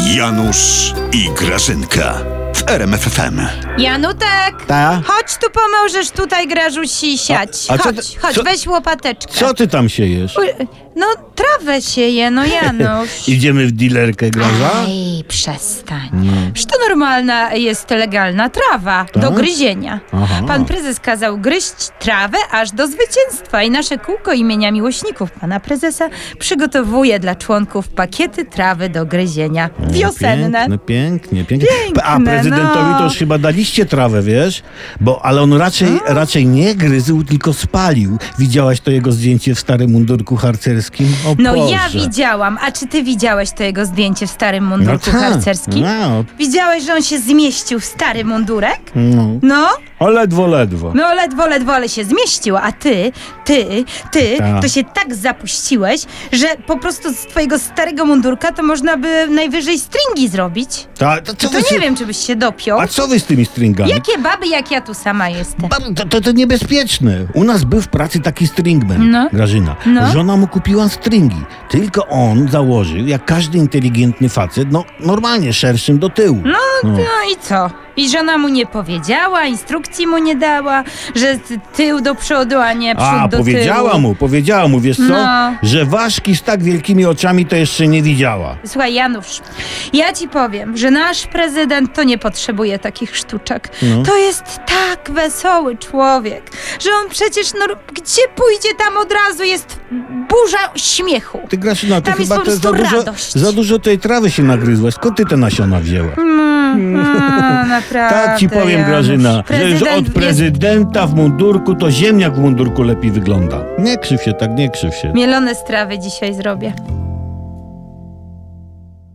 Janusz i Grażynka w RMF FM. Janutek! Ta? Chodź tu, pomożesz tutaj Grażusi siać. A co Chodź, ty- chodź, co- weź łopateczkę. Co ty tam siejesz? No, trawę sieje, no Janusz. Idziemy w dealerkę, Graża? Ej, przestań. Przecież to normalna jest legalna trawa do Tak? gryzienia. Aha. Pan prezes kazał gryźć trawę aż do zwycięstwa i nasze kółko imienia miłośników pana prezesa przygotowuje dla członków pakiety trawy do gryzienia. Wiosenne. Pięknie. Piękne, A prezydentowi no. to już chyba daliście trawę, wiesz? Ale on raczej nie gryzł, tylko spalił. Widziałaś to jego zdjęcie w starym mundurku harcerskim? O No Boże. ja widziałam. A czy ty widziałeś to jego zdjęcie w starym mundurku tak. harcerskim? No, Widziałeś, że on się zmieścił w stary mundurek? no. No, O, ledwo. no ledwo, ale się zmieścił, a ty, Tak. to się tak zapuściłeś, że po prostu z twojego starego mundurka to można by najwyżej stringi zrobić. Co To nie wiem, czy byś się dopiął. A co wy z tymi stringami? Jakie baby, jak ja tu sama jestem. To niebezpieczne. U nas był w pracy taki stringman, No. Grażyna. No. Żona mu kupiła stringi. Tylko on założył, jak każdy inteligentny facet, normalnie szerszym do tyłu. No i co? I żona mu nie powiedziała, instrukcji mu nie dała, że tył do przodu, a nie przód do Powiedziała mu, wiesz co? No. Że ważki z tak wielkimi oczami to jeszcze nie widziała. Słuchaj, Janusz, ja ci powiem, że nasz prezydent to nie potrzebuje takich sztuczek. No. To jest tak wesoły człowiek, że on przecież, gdzie pójdzie, tam od razu jest burza śmiechu. Ty, Grażyna, ty Tam jest chyba po prostu radość. za dużo tej trawy się nagryzłaś. Skąd ty te nasiona wzięła? Naprawdę, Tak ci powiem, Janusz. Grażyna, że Prezydent od jest prezydenta w mundurku to ziemniak w mundurku lepiej wygląda. Nie krzyw się tak, nie krzyw się. mielone strawy dzisiaj zrobię.